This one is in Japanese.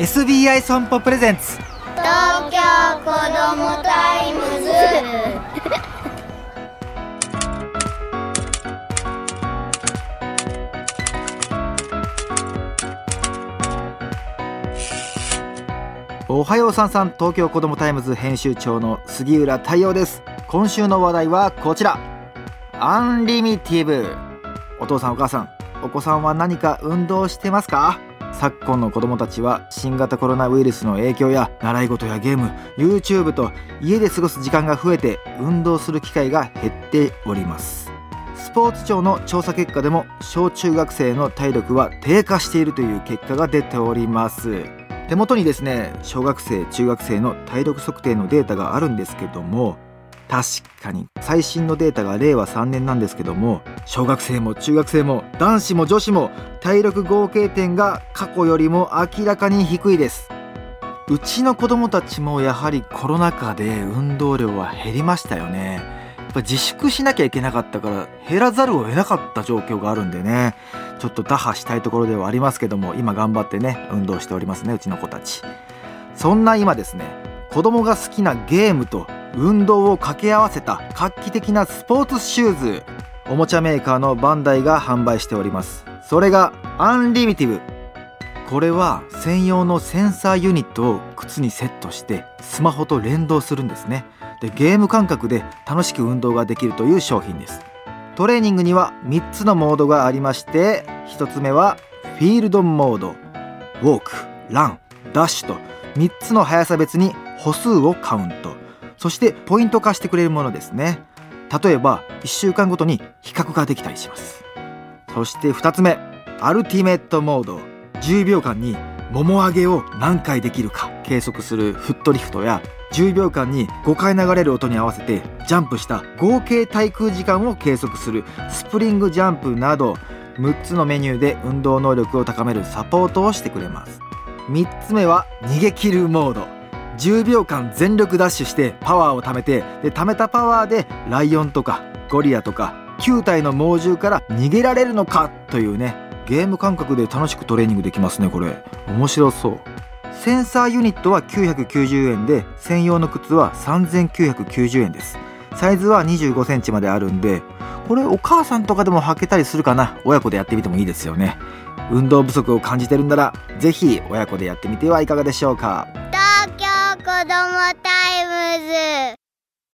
SBI 損保プレゼンツ東京子どもタイムズ。 おはようさんさん、東京子どもタイムズ編集長の杉浦太陽です。今週の話題はこちら、アンリミティブ。お父さんお母さん、お子さんは何か運動してますか？昨今の子どもたちは新型コロナウイルスの影響や習い事やゲーム、 YouTube と家で過ごす時間が増えて運動する機会が減っております。スポーツ庁の調査結果でも小中学生の体力は低下しているという結果が出ております。手元にですね、小学生中学生の体力測定のデータがあるんですけども、確かに最新のデータが令和3年なんですけども、小学生も中学生も男子も女子も体力合計点が過去よりも明らかに低いです。うちの子供たちもやはりコロナ禍で運動量は減りましたよね。やっぱ自粛しなきゃいけなかったから減らざるを得なかった状況があるんでね、ちょっと打破したいところではありますけども、今頑張ってね運動しておりますね、うちの子たち。そんな今ですね、子供が好きなゲームと運動を掛け合わせた画期的なスポーツシューズ、おもちゃメーカーのバンダイが販売しております。それがアンリミティブ。これは専用のセンサーユニットを靴にセットしてスマホと連動するんですね。で、ゲーム感覚で楽しく運動ができるという商品です。トレーニングには3つのモードがありまして、1つ目はフィールドモード、ウォーク、ラン、ダッシュと3つの速さ別に歩数をカウント、そしてポイント化してくれるものですね。例えば1週間ごとに比較ができたりします。そして2つ目、アルティメットモード、10秒間にもも上げを何回できるか計測するフットリフトや、10秒間に5回流れる音に合わせてジャンプした合計滞空時間を計測するスプリングジャンプなど、6つのメニューで運動能力を高めるサポートをしてくれます。3つ目は逃げ切るモード、10秒間全力ダッシュしてパワーを貯めて、で貯めたパワーでライオンとかゴリラとか9体の猛獣から逃げられるのかというね、ゲーム感覚で楽しくトレーニングできますね。これ面白そう。センサーユニットは990円で、専用の靴は3990円です。サイズは25センチまであるんで、これお母さんとかでも履けたりするかな。親子でやってみてもいいですよね。運動不足を感じてるんならぜひ親子でやってみてはいかがでしょうか。 東京子どもタイムズ。